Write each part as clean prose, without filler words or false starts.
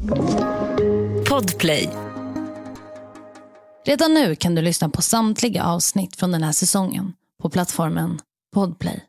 Podplay. Redan nu kan du lyssna på samtliga avsnitt från den här säsongen på plattformen Podplay.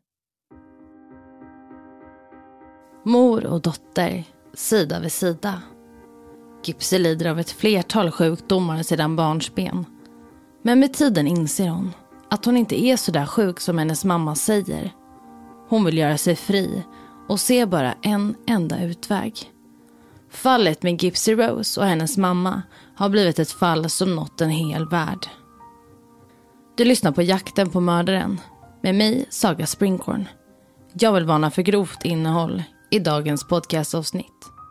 Mor och dotter, sida vid sida. Gypsy lider av ett flertal sjukdomar sedan barnsben. Men med tiden inser hon att hon inte är så där sjuk som hennes mamma säger. Hon vill göra sig fri och ser bara en enda utväg. Fallet med Gypsy Rose och hennes mamma har blivit ett fall som nått en hel värld. Du lyssnar på Jakten på mördaren med mig, Saga Springhorn. Jag vill varna för grovt innehåll i dagens podcastavsnitt.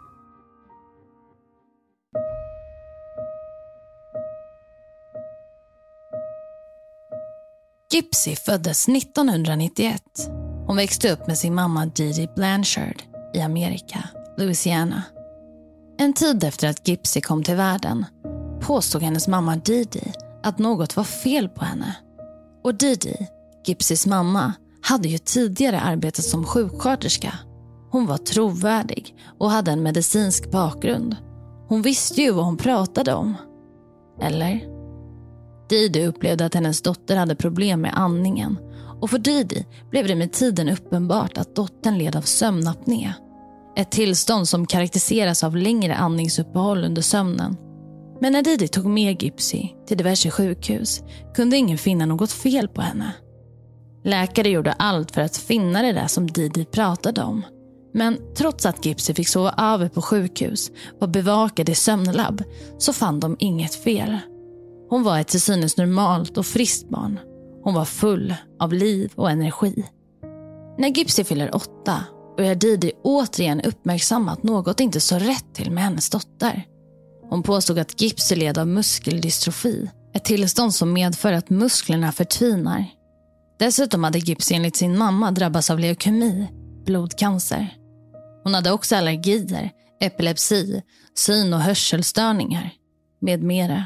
Gypsy föddes 1991. Hon växte upp med sin mamma Didi Blanchard i Amerika, Louisiana. En tid efter att Gypsy kom till världen påstod hennes mamma Didi att något var fel på henne. Och Didi, Gypsys mamma, hade ju tidigare arbetat som sjuksköterska. Hon var trovärdig och hade en medicinsk bakgrund. Hon visste ju vad hon pratade om. Eller? Didi upplevde att hennes dotter hade problem med andningen. Och för Didi blev det med tiden uppenbart att dottern led av sömnapné. Ett tillstånd som karaktäriseras av längre andningsuppehåll under sömnen. Men när Didi tog med Gypsy till diverse sjukhus kunde ingen finna något fel på henne. Läkare gjorde allt för att finna det där som Didi pratade om. Men trots att Gypsy fick sova över på sjukhus och bevakade i sömnlabb så fann de inget fel. Hon var ett till synes normalt och friskt barn. Hon var full av liv och energi. När Gypsy fyller 8 börjar Didi återigen uppmärksamma att något inte så rätt till med hennes dotter. Hon påstod att Gypsy led av muskeldystrofi, ett tillstånd som medför att musklerna förtvinar. Dessutom hade Gypsy enligt sin mamma drabbats av leukemi, blodcancer. Hon hade också allergier, epilepsi, syn- och hörselstörningar med mera.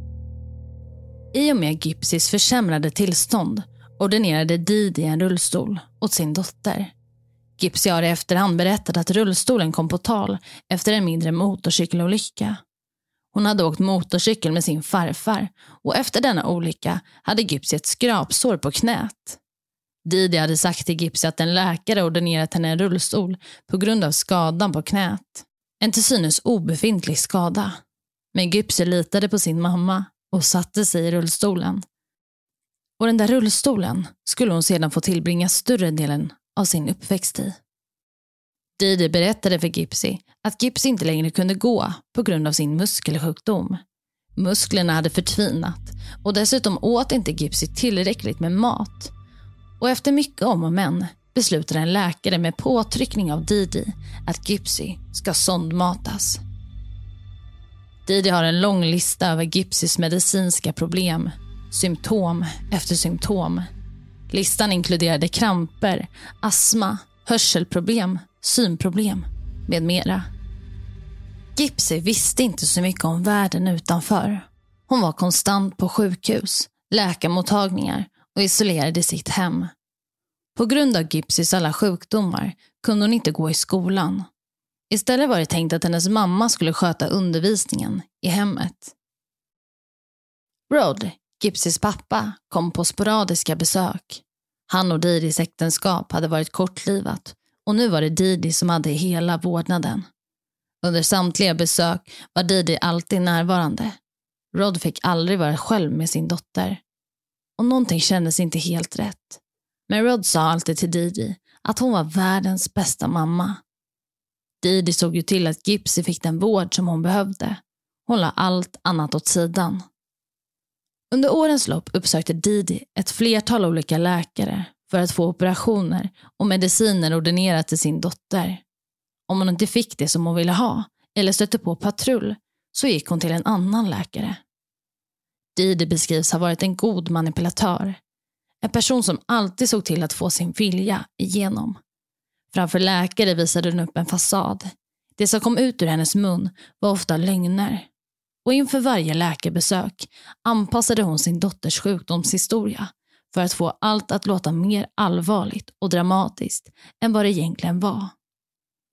I och med Gypsys försämrade tillstånd ordinerade Didi en rullstol åt sin dotter. Gypsy har i efterhand berättat att rullstolen kom på tal efter en mindre motorcykelolycka. Hon hade åkt motorcykel med sin farfar och efter denna olycka hade Gypsy ett skrapsår på knät. Didi hade sagt till Gypsy att en läkare ordinerat henne en rullstol på grund av skadan på knät. En till synes obefintlig skada. Men Gypsy litade på sin mamma och satte sig i rullstolen. Och den där rullstolen skulle hon sedan få tillbringa större delen av sin uppväxt i. Didi berättade för Gypsy att Gypsy inte längre kunde gå på grund av sin muskelsjukdom. Musklerna hade förtvinat och dessutom åt inte Gypsy tillräckligt med mat. Och efter mycket om och men beslutade en läkare med påtryckning av Didi att Gypsy ska sondmatas. Didi har en lång lista över Gypsys medicinska problem, symptom efter symptom. Listan inkluderade kramper, astma, hörselproblem, synproblem med mera. Gypsy visste inte så mycket om världen utanför. Hon var konstant på sjukhus, läkarmottagningar och isolerad i sitt hem. På grund av Gypsys alla sjukdomar kunde hon inte gå i skolan. Istället var det tänkt att hennes mamma skulle sköta undervisningen i hemmet. Rod, Gypsys pappa, kom på sporadiska besök. Han och Didis äktenskap hade varit kortlivat och nu var det Didi som hade hela vårdnaden. Under samtliga besök var Didi alltid närvarande. Rod fick aldrig vara själv med sin dotter. Och någonting kändes inte helt rätt. Men Rod sa alltid till Didi att hon var världens bästa mamma. Didi såg ju till att Gypsy fick den vård som hon behövde. Hon la allt annat åt sidan. Under årens lopp uppsökte Didi ett flertal olika läkare för att få operationer och mediciner ordinerat till sin dotter. Om hon inte fick det som hon ville ha eller stötte på patrull så gick hon till en annan läkare. Didi beskrivs ha varit en god manipulatör. En person som alltid såg till att få sin vilja igenom. Framför läkare visade hon upp en fasad. Det som kom ut ur hennes mun var ofta lögner. Och inför varje läkarbesök anpassade hon sin dotters sjukdomshistoria för att få allt att låta mer allvarligt och dramatiskt än vad det egentligen var.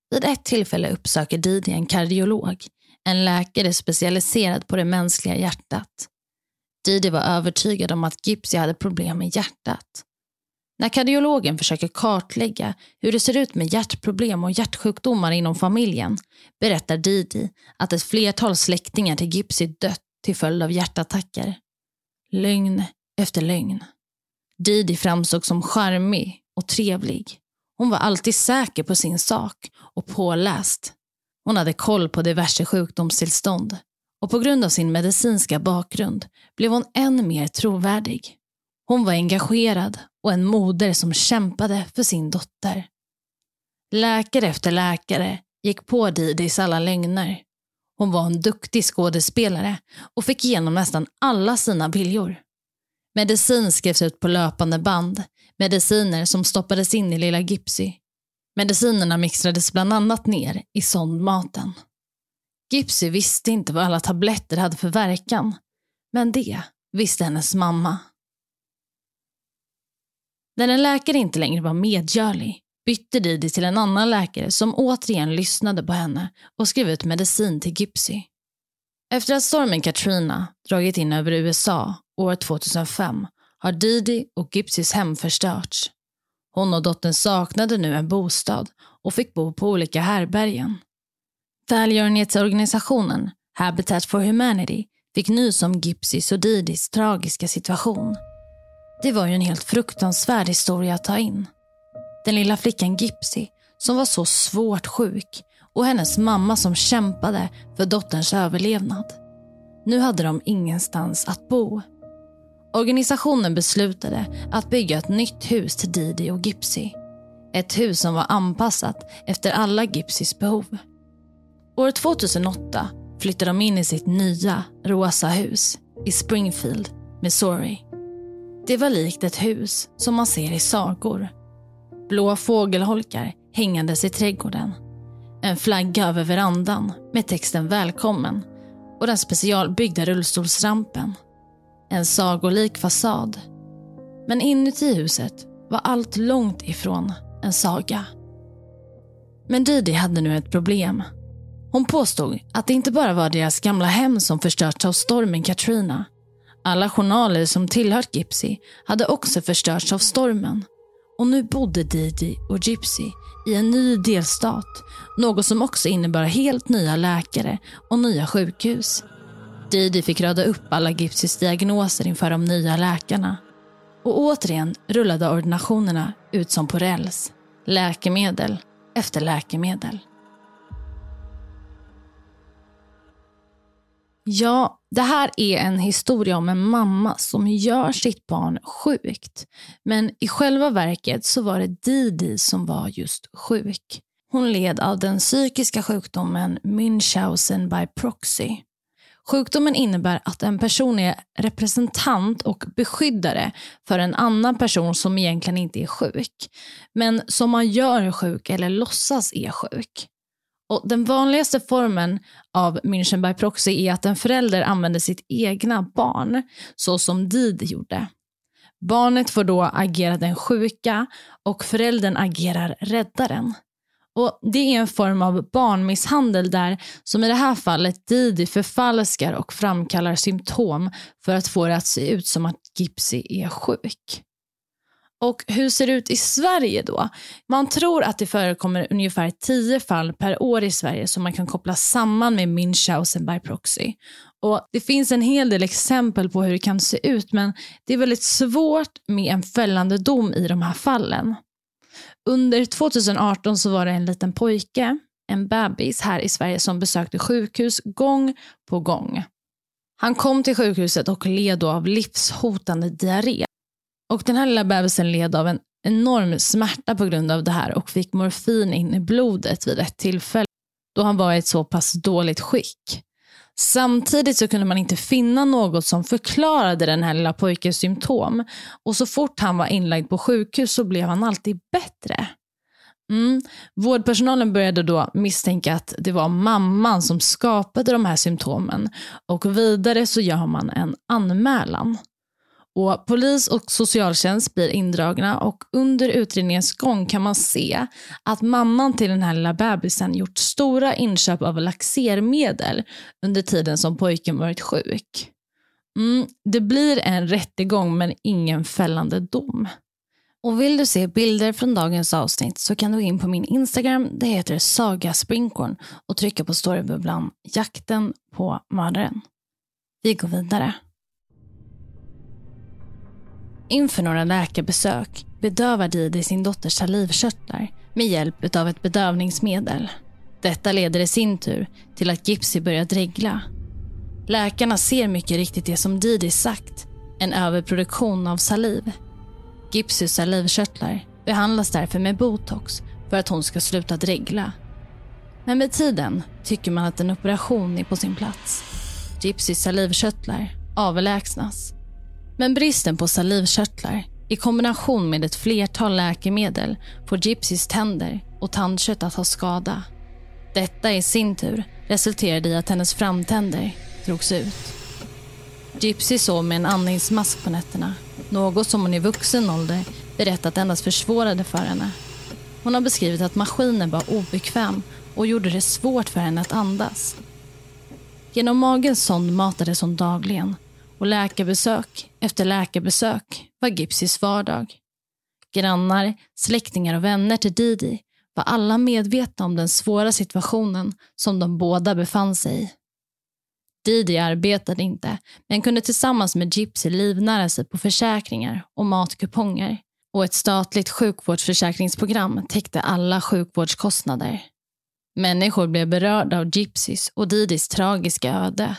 Vid ett tillfälle uppsöker Didi en kardiolog, en läkare specialiserad på det mänskliga hjärtat. Didi var övertygad om att Gypsy hade problem med hjärtat. När kardiologen försöker kartlägga hur det ser ut med hjärtproblem och hjärtsjukdomar inom familjen berättar Didi att ett flertal släktingar till Gypsy dött till följd av hjärtattacker. Lögn efter lögn. Didi framstod som charmig och trevlig. Hon var alltid säker på sin sak och påläst. Hon hade koll på diverse sjukdomstillstånd och på grund av sin medicinska bakgrund blev hon än mer trovärdig. Hon var engagerad och en moder som kämpade för sin dotter. Läkare efter läkare gick på Didis alla lögner. Hon var en duktig skådespelare och fick igenom nästan alla sina viljor. Medicin skrevs ut på löpande band, mediciner som stoppades in i lilla Gypsy. Medicinerna mixtrades bland annat ner i sondmaten. Gypsy visste inte vad alla tabletter hade för verkan, men det visste hennes mamma. När en läkare inte längre var medgörlig bytte Didi till en annan läkare som återigen lyssnade på henne och skrev ut medicin till Gypsy. Efter att stormen Katrina dragit in över USA år 2005 har Didi och Gypsys hem förstörts. Hon och dottern saknade nu en bostad och fick bo på olika härbergen. Välgörenhetsorganisationen Habitat for Humanity fick nys om Gypsys och Didis tragiska situation. Det var ju en helt fruktansvärd historia att ta in. Den lilla flickan Gypsy som var så svårt sjuk och hennes mamma som kämpade för dotterns överlevnad. Nu hade de ingenstans att bo. Organisationen beslutade att bygga ett nytt hus till Didi och Gypsy. Ett hus som var anpassat efter alla Gypsys behov. År 2008 flyttade de in i sitt nya rosa hus i Springfield, Missouri. Det var likt ett hus som man ser i sagor. Blå fågelholkar hängandes i trädgården. En flagga över verandan med texten välkommen och den specialbyggda rullstolsrampen. En sagolik fasad. Men inuti huset var allt långt ifrån en saga. Men Didi hade nu ett problem. Hon påstod att det inte bara var deras gamla hem som förstörts av stormen Katrina. Alla journaler som tillhört Gypsy hade också förstörts av stormen. Och nu bodde Didi och Gypsy i en ny delstat. Något som också innebar helt nya läkare och nya sjukhus. Didi fick rada upp alla Gypsys diagnoser inför de nya läkarna. Och återigen rullade ordinationerna ut som på räls. Läkemedel efter läkemedel. Ja, det här är en historia om en mamma som gör sitt barn sjukt. Men i själva verket så var det Didi som var just sjuk. Hon led av den psykiska sjukdomen Munchausen by proxy. Sjukdomen innebär att en person är representant och beskyddare för en annan person som egentligen inte är sjuk, men som man gör sjuk eller låtsas är sjuk. Och den vanligaste formen av Munchausen by proxy är att en förälder använder sitt egna barn, så som Didi gjorde. Barnet får då agera den sjuka och föräldern agerar räddaren. Och det är en form av barnmisshandel där, som i det här fallet, Didi förfalskar och framkallar symptom för att få det att se ut som att Gypsy är sjuk. Och hur ser det ut i Sverige då? Man tror att det förekommer ungefär 10 fall per år i Sverige som man kan koppla samman med Munchausen by proxy. Och det finns en hel del exempel på hur det kan se ut, men det är väldigt svårt med en fällande dom i de här fallen. Under 2018 så var det en liten pojke, en bebis här i Sverige, som besökte sjukhus gång på gång. Han kom till sjukhuset och led då av livshotande diarré. Och den här lilla bebisen led av en enorm smärta på grund av det här och fick morfin in i blodet vid ett tillfälle då han var i ett så pass dåligt skick. Samtidigt så kunde man inte finna något som förklarade den här lilla pojkens symptom. Och så fort han var inlagd på sjukhus så blev han alltid bättre. Vårdpersonalen började då misstänka att det var mamman som skapade de här symptomen. Och vidare så gör man en anmälan. Och polis och socialtjänst blir indragna och under utredningens gång kan man se att mamman till den här lilla bebisen gjort stora inköp av laxermedel under tiden som pojken varit sjuk. Det blir en rättegång men ingen fällande dom. Och vill du se bilder från dagens avsnitt så kan du gå in på min Instagram, det heter Saga Sprinkorn, och trycka på storybubblan Jakten på mördaren. Vi går vidare. Inför några läkarbesök bedövar Didi sin dotters salivkörtlar med hjälp av ett bedövningsmedel. Detta leder i sin tur till att Gypsy börjar dregla. Läkarna ser mycket riktigt det som Didi sagt, en överproduktion av saliv. Gypsys salivkörtlar behandlas därför med botox för att hon ska sluta dregla. Men med tiden tycker man att en operation är på sin plats. Gypsys salivkörtlar avlägsnas. Men bristen på salivkörtlar i kombination med ett flertal läkemedel får Gypsys tänder och tandkött att ha skada. Detta i sin tur resulterade i att hennes framtänder drogs ut. Gypsy sov med en andningsmask på nätterna, något som hon i vuxen ålder berättat endast försvårade för henne. Hon har beskrivit att maskinen var obekväm och gjorde det svårt för henne att andas. Genom magens sond matades hon dagligen och läkarbesök efter läkarbesök var Gypsys vardag. Grannar, släktingar och vänner till Didi var alla medvetna om den svåra situationen som de båda befann sig i. Didi arbetade inte, men kunde tillsammans med Gypsy livnära sig på försäkringar och matkuponger. Och ett statligt sjukvårdsförsäkringsprogram täckte alla sjukvårdskostnader. Människor blev berörda av Gypsys och Didis tragiska öde.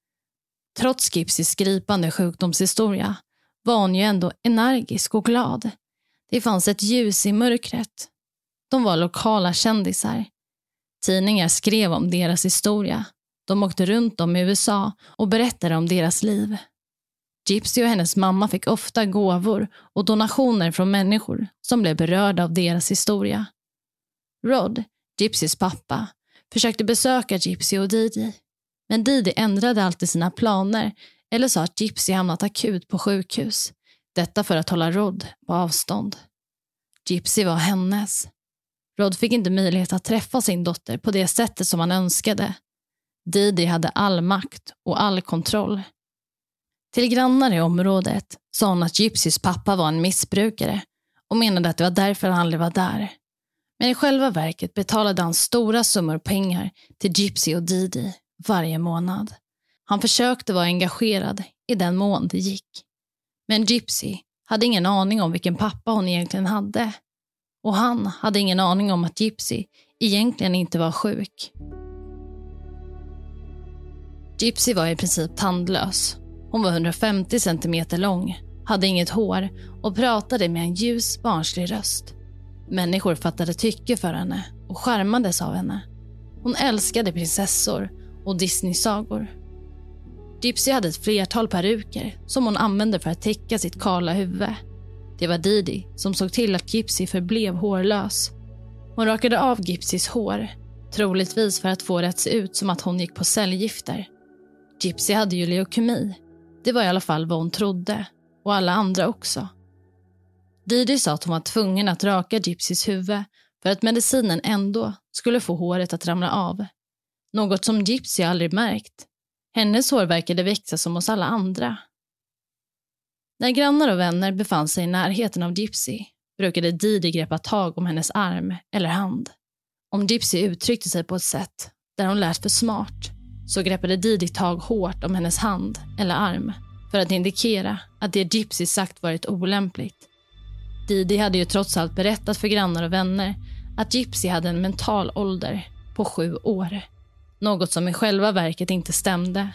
Trots Gypsys gripande sjukdomshistoria var hon ju ändå energisk och glad. Det fanns ett ljus i mörkret. De var lokala kändisar. Tidningar skrev om deras historia. De åkte runt om i USA och berättade om deras liv. Gypsy och hennes mamma fick ofta gåvor och donationer från människor som blev berörda av deras historia. Rod, Gypsys pappa, försökte besöka Gypsy och Didi. Men Didi ändrade alltid sina planer eller sa att Gypsy hamnat akut på sjukhus. Detta för att hålla Rod på avstånd. Gypsy var hennes. Rod fick inte möjlighet att träffa sin dotter på det sättet som han önskade. Didi hade all makt och all kontroll. Till grannar i området sa hon att Gypsys pappa var en missbrukare och menade att det var därför han aldrig var där. Men i själva verket betalade han stora summor pengar till Gypsy och Didi varje månad. Han försökte vara engagerad i den mån det gick. Men Gypsy hade ingen aning om vilken pappa hon egentligen hade. Och han hade ingen aning om att Gypsy egentligen inte var sjuk. Gypsy var i princip tandlös. Hon var 150 centimeter lång, hade inget hår och pratade med en ljus, barnslig röst. Människor fattade tycke för henne och skärmades av henne. Hon älskade prinsessor och Disney-sagor. Gypsy hade ett flertal peruker som hon använde för att täcka sitt kala huvud. Det var Didi som såg till att Gypsy förblev hårlös. Hon rakade av Gypsys hår, troligtvis för att få det att se ut som att hon gick på cellgifter. Gypsy hade ju leukemi. Det var i alla fall vad hon trodde, och alla andra också. Didi sa att hon var tvungen att raka Gypsys huvud för att medicinen ändå skulle få håret att ramla av. Något som Gypsy aldrig märkt. Hennes hår verkade växa som hos alla andra. När grannar och vänner befann sig i närheten av Gypsy brukade Didi greppa tag om hennes arm eller hand. Om Gypsy uttryckte sig på ett sätt där hon lät för smart så greppade Didi tag hårt om hennes hand eller arm för att indikera att det Gypsy sagt varit olämpligt. Didi hade ju trots allt berättat för grannar och vänner att Gypsy hade en mental ålder på 7 år. Något som i själva verket inte stämde.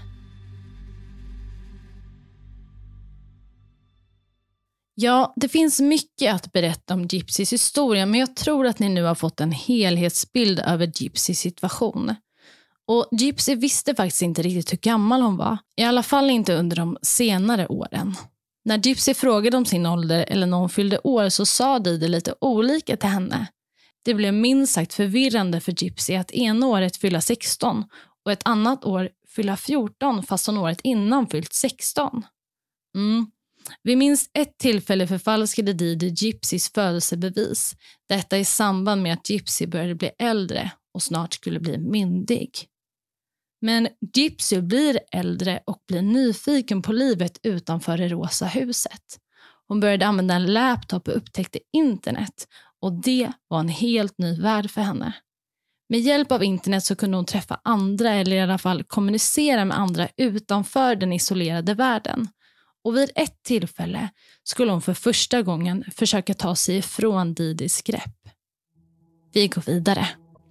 Ja, det finns mycket att berätta om Gypsys historia, men jag tror att ni nu har fått en helhetsbild över Gypsys situation. Och Gypsy visste faktiskt inte riktigt hur gammal hon var, i alla fall inte under de senare åren. När Gypsy frågade om sin ålder eller när hon fyllde år så sa Didi lite olika till henne. Det blev minst sagt förvirrande för Gypsy att ena året fylla 16 och ett annat år fylla 14 fast hon året innan fyllt 16. Vid minst ett tillfälle förfalskade Didi Gypsys födelsebevis. Detta i samband med att Gypsy började bli äldre och snart skulle bli myndig. Men Gypsy blir äldre och blir nyfiken på livet utanför det rosa huset. Hon började använda en laptop och upptäckte internet, och det var en helt ny värld för henne. Med hjälp av internet så kunde hon träffa andra, eller i alla fall kommunicera med andra utanför den isolerade världen. Och vid ett tillfälle skulle hon för första gången försöka ta sig ifrån Didis grepp. Vi går vidare.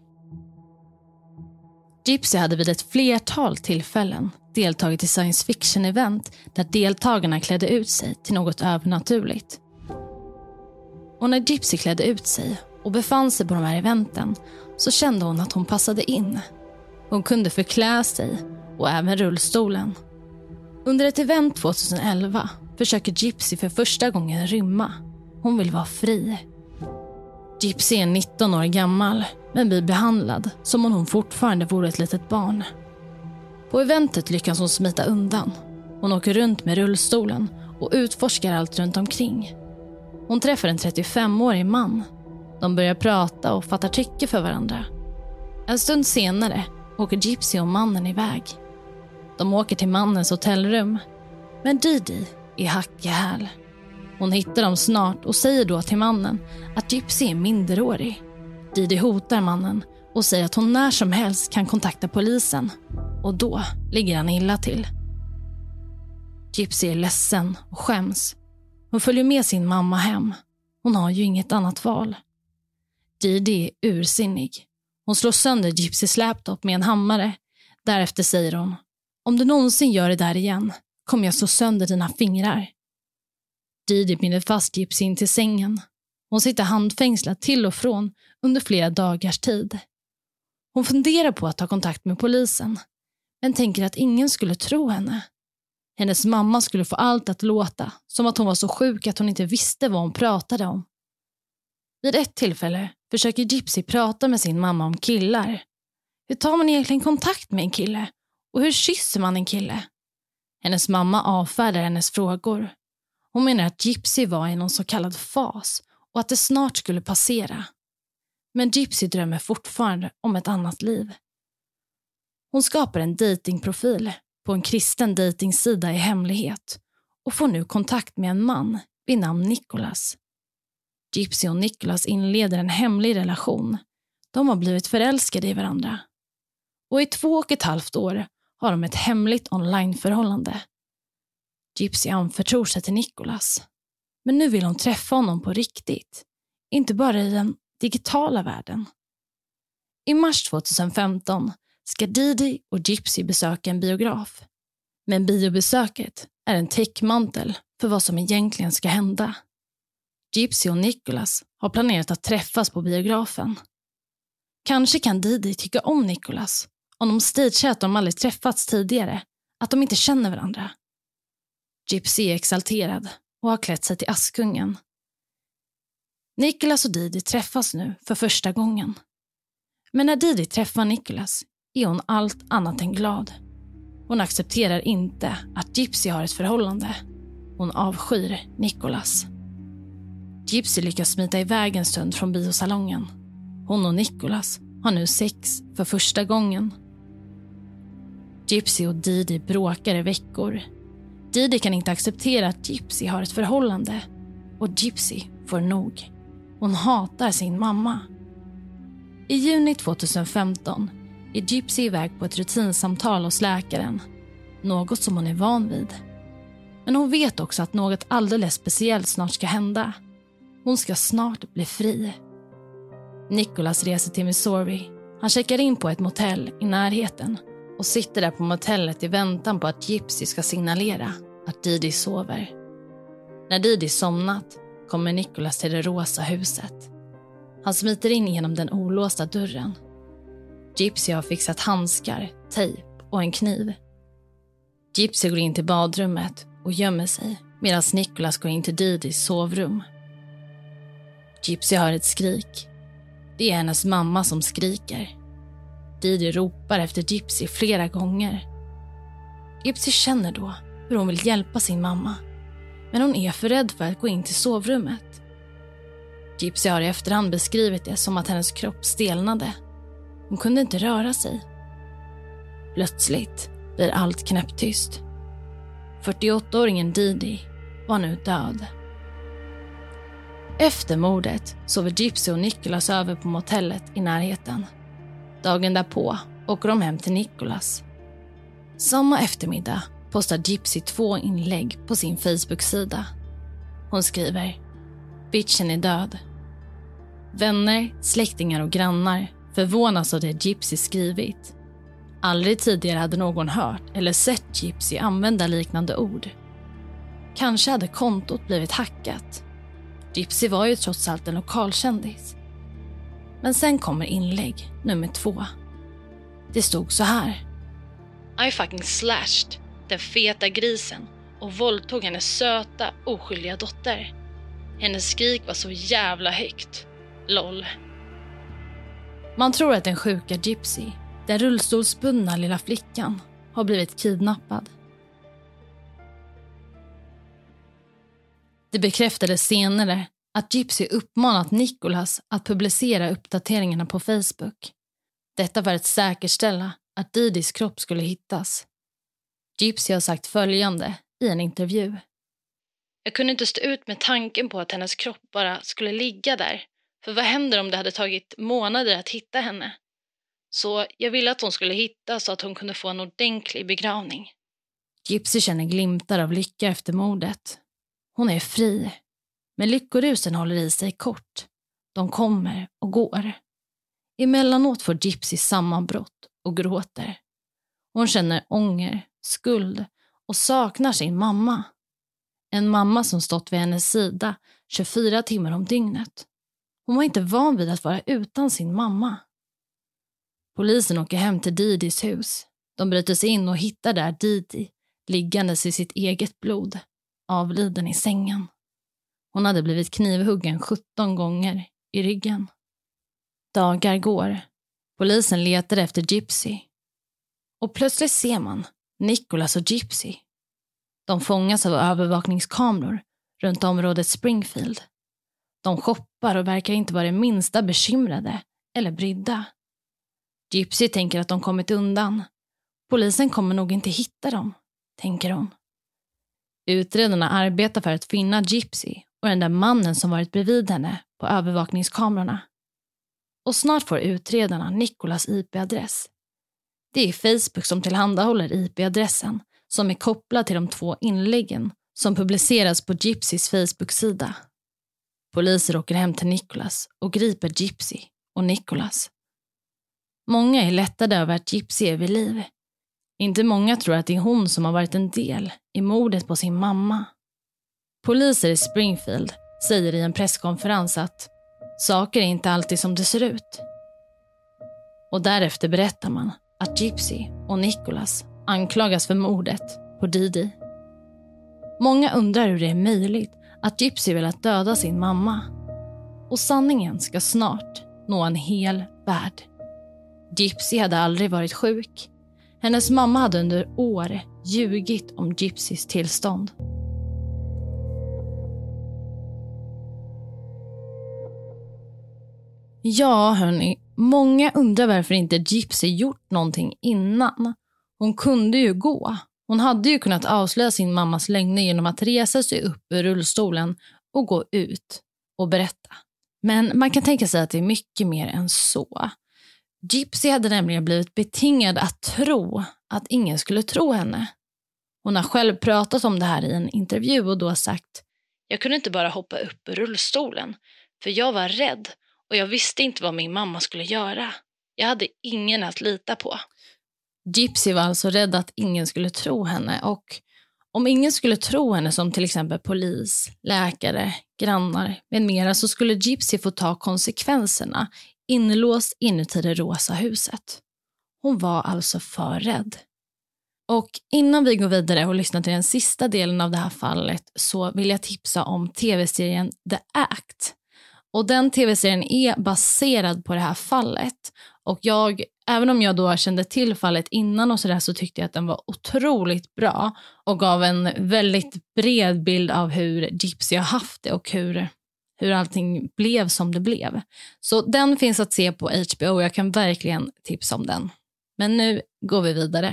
Gypsy hade vid ett flertal tillfällen deltagit i science fiction-event där deltagarna klädde ut sig till något övernaturligt. Och när Gypsy klädde ut sig och befann sig på de här eventen så kände hon att hon passade in. Hon kunde förklä sig och även rullstolen. Under ett event 2011 försöker Gypsy för första gången rymma. Hon vill vara fri. Gypsy är 19 år gammal men blir behandlad som om hon fortfarande vore ett litet barn. På eventet lyckas hon smita undan. Hon åker runt med rullstolen och utforskar allt runt omkring. Hon träffar en 35-årig man. De börjar prata och fattar tycke för varandra. En stund senare åker Gypsy och mannen iväg. De åker till mannens hotellrum. Men Didi är hack i häl. Hon hittar dem snart och säger då till mannen att Gypsy är minderårig. Didi hotar mannen och säger att hon när som helst kan kontakta polisen. Och då ligger han illa till. Gypsy är ledsen och skäms. Hon följer med sin mamma hem. Hon har ju inget annat val. Didi är ursinnig. Hon slår sönder Gypsys laptop med en hammare. Därefter säger hon: om du någonsin gör det där igen kommer jag slå sönder dina fingrar. Didi binder fast Gypsy in till sängen. Hon sitter handfängslad till och från under flera dagars tid. Hon funderar på att ta kontakt med polisen, men tänker att ingen skulle tro henne. Hennes mamma skulle få allt att låta som att hon var så sjuk att hon inte visste vad hon pratade om. Vid ett tillfälle försöker Gypsy prata med sin mamma om killar. Hur tar man egentligen kontakt med en kille? Och hur kysser man en kille? Hennes mamma avfärdar hennes frågor. Hon menar att Gypsy var i någon så kallad fas och att det snart skulle passera. Men Gypsy drömmer fortfarande om ett annat liv. Hon skapar en datingprofil på en kristen datingsida i hemlighet och får nu kontakt med en man vid namn Nicholas. Gypsy och Nicholas inleder en hemlig relation. De har blivit förälskade i varandra. Och i 2,5 år har de ett hemligt onlineförhållande. Gypsy anförtror sig till Nicholas. Men nu vill hon träffa honom på riktigt. Inte bara i den digitala världen. I mars 2015 ska Didi och Gypsy besöka en biograf. Men biobesöket är en täckmantel för vad som egentligen ska hända. Gypsy och Nicholas har planerat att träffas på biografen. Kanske kan Didi tycka om Nicholas om de stagear att de aldrig träffats tidigare, att de inte känner varandra. Gypsy är exalterad och har klätt sig till Askungen. Nicholas och Didi träffas nu för första gången. Men när Didi träffar Nicholas är hon allt annat än glad. Hon accepterar inte att Gypsy har ett förhållande. Hon avskyr Nicholas. Gypsy lyckas smita iväg en stund från biosalongen. Hon och Nicholas har nu sex för första gången. Gypsy och Didi bråkar i veckor. Didi kan inte acceptera att Gypsy har ett förhållande. Och Gypsy får nog. Hon hatar sin mamma. I juni 2015 är Gypsy iväg på ett rutinsamtal hos läkaren. Något som hon är van vid. Men hon vet också att något alldeles speciellt snart ska hända. Hon ska snart bli fri. Nicholas reser till Missouri. Han checkar in på ett motell i närheten och sitter där på motellet i väntan på att Gypsy ska signalera att Didi sover. När Didi somnat kommer Nicholas till det rosa huset. Han smiter in genom den olåsta dörren. Gypsy har fixat handskar, tejp och en kniv. Gypsy går in till badrummet och gömmer sig medan Nicholas går in till Didis sovrum. Gypsy hör ett skrik. Det är hennes mamma som skriker. Didi ropar efter Gypsy flera gånger. Gypsy känner då hur hon vill hjälpa sin mamma. men hon är för rädd för att gå in till sovrummet. Gypsy har i efterhand beskrivit det som att hennes kropp stelnade. Hon kunde inte röra sig. Plötsligt blir allt knäpptyst. 48-åringen Didi var nu död. Efter mordet sover Gypsy och Nicholas över på motellet i närheten. Dagen därpå åker de hem till Nicholas. Samma eftermiddag postar Gypsy 2 inlägg på sin Facebook-sida. Hon skriver: "Bitchen är död." Vänner, släktingar och grannar förvånas av det Gypsy skrivit. Aldrig tidigare hade någon hört eller sett Gypsy använda liknande ord. Kanske hade kontot blivit hackat. Gypsy var ju trots allt en lokalkändis. Men sen kommer inlägg nummer 2. Det stod så här: "I fucking slashed den feta grisen och våldtog hennes söta, oskyldiga dotter. Hennes skrik var så jävla högt. LOL." Man tror att den sjuka Gypsy, den rullstolsbundna lilla flickan, har blivit kidnappad. Det bekräftades senare att Gypsy uppmanat Nicholas att publicera uppdateringarna på Facebook. Detta för att säkerställa att Didis kropp skulle hittas. Gypsy har sagt följande i en intervju: "Jag kunde inte stå ut med tanken på att hennes kropp bara skulle ligga där. För vad händer om det hade tagit månader att hitta henne? Så jag ville att hon skulle hittas så att hon kunde få en ordentlig begravning." Gypsy känner glimtar av lycka efter mordet. Hon är fri. Men lyckorusen håller i sig kort. De kommer och går. Emellanåt får Gypsy sammanbrott och gråter. Hon känner ånger, skuld och saknar sin mamma. En mamma som stått vid hennes sida 24 timmar om dygnet. Hon var inte van vid att vara utan sin mamma. Polisen åker hem till Didis hus. De bryter sig in och hittar där Didi liggandes i sitt eget blod, avliden i sängen. Hon hade blivit knivhuggen 17 gånger i ryggen. Dagar går. Polisen letar efter Gypsy. Och plötsligt ser man Nicholas och Gypsy. De fångas av övervakningskameror runt området Springfield. De shoppar och verkar inte vara det minsta bekymrade eller brydda. Gypsy tänker att de kommit undan. Polisen kommer nog inte hitta dem, tänker hon. Utredarna arbetar för att finna Gypsy och den där mannen som varit bredvid henne på övervakningskamerorna. Och snart får utredarna Nicholas IP-adress. Det är Facebook som tillhandahåller IP-adressen som är kopplad till de 2 inläggen som publiceras på Gypsys Facebook-sida. Poliser åker hem till Nicholas och griper Gypsy och Nicholas. Många är lättade över att Gypsy är vid liv. Inte många tror att det är hon som har varit en del i mordet på sin mamma. Poliser i Springfield säger i en presskonferens att saker är inte alltid som det ser ut. Och därefter berättar man att Gypsy och Nicholas anklagas för mordet på Didi. Många undrar hur det är möjligt att Gypsy velat döda sin mamma. Och sanningen ska snart nå en hel värld. Gypsy hade aldrig varit sjuk. Hennes mamma hade under år ljugit om Gypsys tillstånd. Ja, hörni. Många undrar varför inte Gypsy gjort någonting innan. Hon kunde ju gå. Hon hade ju kunnat avslöja sin mammas lögner genom att resa sig upp ur rullstolen och gå ut och berätta. Men man kan tänka sig att det är mycket mer än så. Gypsy hade nämligen blivit betingad att tro att ingen skulle tro henne. Hon har själv pratat om det här i en intervju och då sagt: "Jag kunde inte bara hoppa upp ur rullstolen, för jag var rädd och jag visste inte vad min mamma skulle göra. Jag hade ingen att lita på." Gypsy var alltså rädd att ingen skulle tro henne, och om ingen skulle tro henne som till exempel polis, läkare, grannar med mera, så skulle Gypsy få ta konsekvenserna inlåst inuti det rosa huset. Hon var alltså för rädd. Och innan vi går vidare och lyssnar till den sista delen av det här fallet så vill jag tipsa om tv-serien The Act. Och den tv-serien är baserad på det här fallet. Och jag Även om jag då kände till fallet innan och sådär, så tyckte jag att den var otroligt bra och gav en väldigt bred bild av hur Gypsy har haft det och hur allting blev som det blev. Så den finns att se på HBO och jag kan verkligen tipsa om den. Men nu går vi vidare.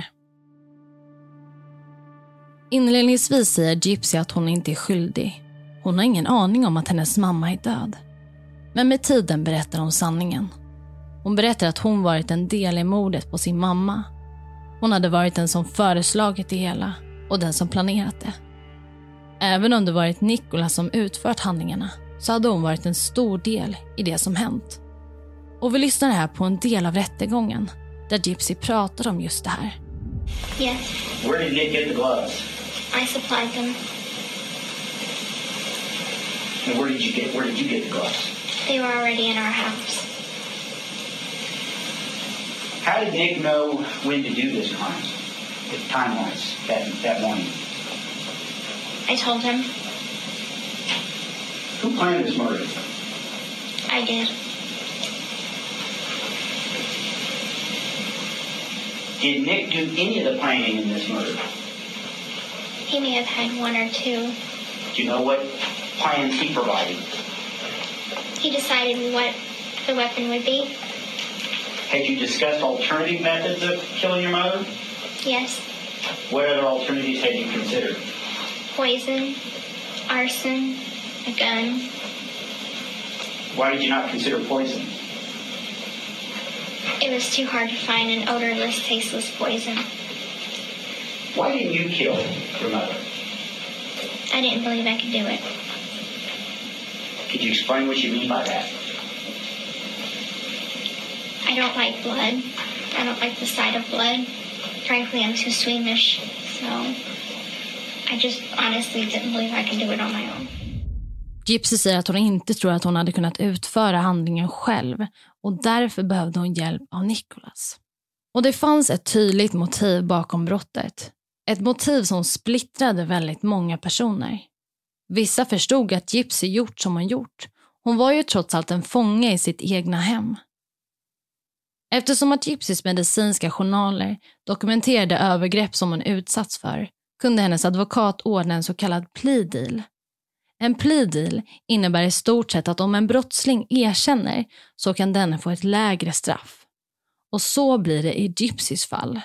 Inledningsvis säger Gypsy att hon inte är skyldig. Hon har ingen aning om att hennes mamma är död. Men med tiden berättar hon sanningen. Hon berättar att hon varit en del i mordet på sin mamma. Hon hade varit den som föreslagit det hela och den som planerat det. Även om det varit Nicholas som utfört handlingarna, så hade hon varit en stor del i det som hänt. Och vi lyssnar här på en del av rättegången där Gypsy pratar om just det här. Yes. Where did Nick get the gloves? I supplied them. And where did you get the gloves? They were already in our house. How did Nick know when to do this crime? Time-wise, that morning. I told him. Who planned this murder? I did. Did Nick do any of the planning in this murder? He may have had one or two. Do you know what plans he provided? He decided what the weapon would be. Had you discussed alternative methods of killing your mother? Yes. What other alternatives had you considered? Poison, arson, a gun. Why did you not consider poison? It was too hard to find an odorless, tasteless poison. Why didn't you kill your mother? I didn't believe I could do it. Could you explain what you mean by that? I don't like blood. I don't like the sight of blood. Frankly, I'm too squeamish, so I just honestly didn't believe I could do it on my own. Gypsy säger att hon inte tror att hon hade kunnat utföra handlingen själv och därför behövde hon hjälp av Nicholas. Och det fanns ett tydligt motiv bakom brottet. Ett motiv som splittrade väldigt många personer. Vissa förstod att Gypsy gjort som hon gjort. Hon var ju trots allt en fånge i sitt egna hem. Eftersom att Gypsys medicinska journaler dokumenterade övergrepp som hon utsatts för, kunde hennes advokat ordna en så kallad plea deal. En plea deal innebär i stort sett att om en brottsling erkänner så kan den få ett lägre straff. Och så blir det i Gypsys fall.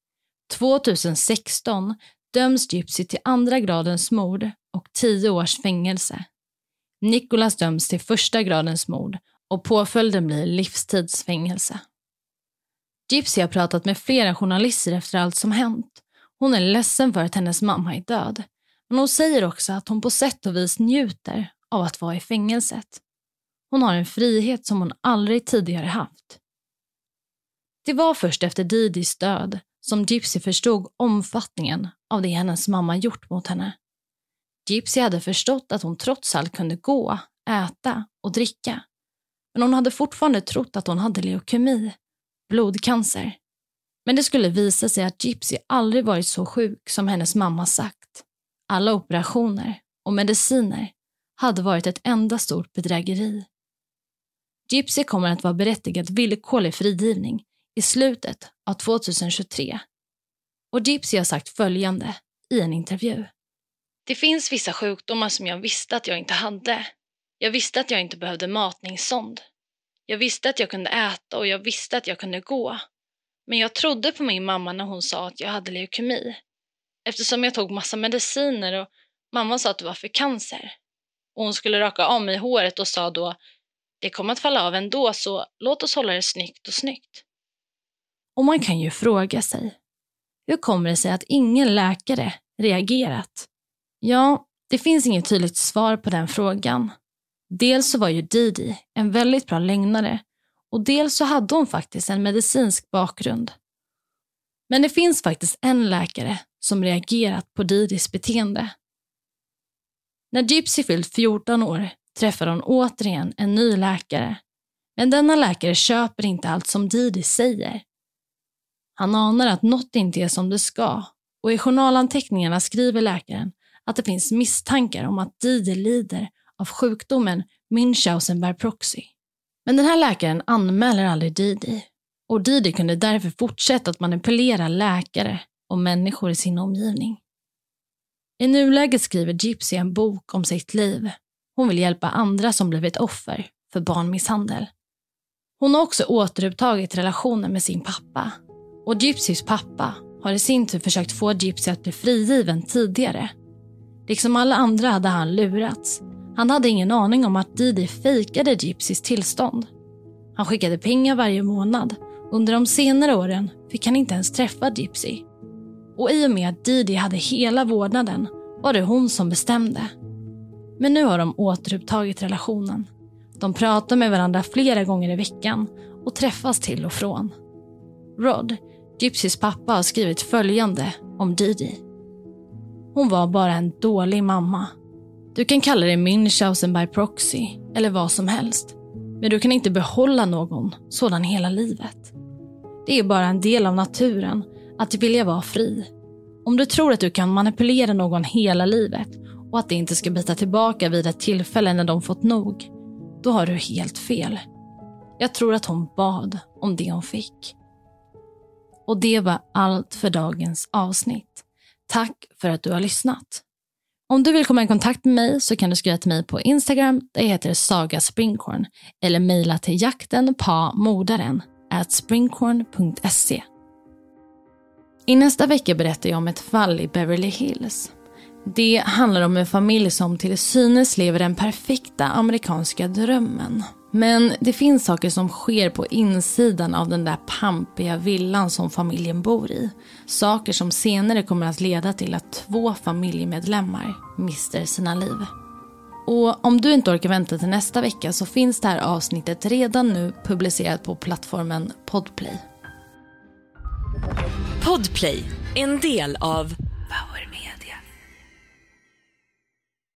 2016 döms Gypsy till 2:a gradens mord och 10 års fängelse. Nicholas döms till 1:a gradens mord och påföljden blir livstidsfängelse. Gypsy har pratat med flera journalister efter allt som hänt. Hon är ledsen för att hennes mamma är död. Men hon säger också att hon på sätt och vis njuter av att vara i fängelset. Hon har en frihet som hon aldrig tidigare haft. Det var först efter Didis död som Gypsy förstod omfattningen av det hennes mamma gjort mot henne. Gypsy hade förstått att hon trots allt kunde gå, äta och dricka. Men hon hade fortfarande trott att hon hade leukemi, blodcancer. Men det skulle visa sig att Gypsy aldrig varit så sjuk som hennes mamma sagt. Alla operationer och mediciner hade varit ett enda stort bedrägeri. Gypsy kommer att vara berättigad villkorlig frigivning i slutet av 2023. Och Gypsy har sagt följande i en intervju. Det finns vissa sjukdomar som jag visste att jag inte hade. Jag visste att jag inte behövde matningssond. Jag visste att jag kunde äta och jag visste att jag kunde gå. Men jag trodde på min mamma när hon sa att jag hade leukemi. Eftersom jag tog massa mediciner och mamma sa att det var för cancer. Och hon skulle raka av mig håret och sa då, det kommer att falla av ändå så låt oss hålla det snyggt och snyggt. Och man kan ju fråga sig, hur kommer det sig att ingen läkare reagerat? Ja, det finns inget tydligt svar på den frågan. Dels så var ju Didi en väldigt bra lögnare och dels så hade hon faktiskt en medicinsk bakgrund. Men det finns faktiskt en läkare som reagerat på Didis beteende. När Gypsy fyllt 14 år träffar hon återigen en ny läkare. Men denna läkare köper inte allt som Didi säger. Han anar att något inte är som det ska och i journalanteckningarna skriver läkaren att det finns misstankar om att Didi lider av sjukdomen Munchausen by proxy. Men den här läkaren anmäler aldrig Didi. Och Didi kunde därför fortsätta att manipulera läkare och människor i sin omgivning. I nuläget skriver Gypsy en bok om sitt liv. Hon vill hjälpa andra som blivit offer för barnmisshandel. Hon har också återupptagit relationen med sin pappa. Och Gypsys pappa har i sin tur försökt få Gypsy att bli frigiven tidigare. Liksom alla andra hade han lurats. Han hade ingen aning om att Didi fejkade Gypsys tillstånd. Han skickade pengar varje månad. Under de senare åren fick han inte ens träffa Gypsy. Och i och med att Didi hade hela vårdnaden var det hon som bestämde. Men nu har de återupptagit relationen. De pratar med varandra flera gånger i veckan och träffas till och från. Rod, Gypsys pappa, har skrivit följande om Didi. Hon var bara en dålig mamma. Du kan kalla det Münchhausen by proxy eller vad som helst. Men du kan inte behålla någon sådan hela livet. Det är bara en del av naturen att vilja vara fri. Om du tror att du kan manipulera någon hela livet och att det inte ska bita tillbaka vid ett tillfälle när de fått nog, då har du helt fel. Jag tror att hon bad om det hon fick. Och det var allt för dagens avsnitt. Tack för att du har lyssnat. Om du vill komma i kontakt med mig så kan du skriva till mig på Instagram, där jag heter Saga Springhorn, eller mejla till jaktenpamodaren@springhorn.se. I nästa vecka berättar jag om ett fall i Beverly Hills. Det handlar om en familj som till synes lever den perfekta amerikanska drömmen. Men det finns saker som sker på insidan av den där pampiga villan som familjen bor i. Saker som senare kommer att leda till att 2 familjemedlemmar mister sina liv. Och om du inte orkar vänta till nästa vecka så finns det här avsnittet redan nu publicerat på plattformen Podplay. Podplay, en del av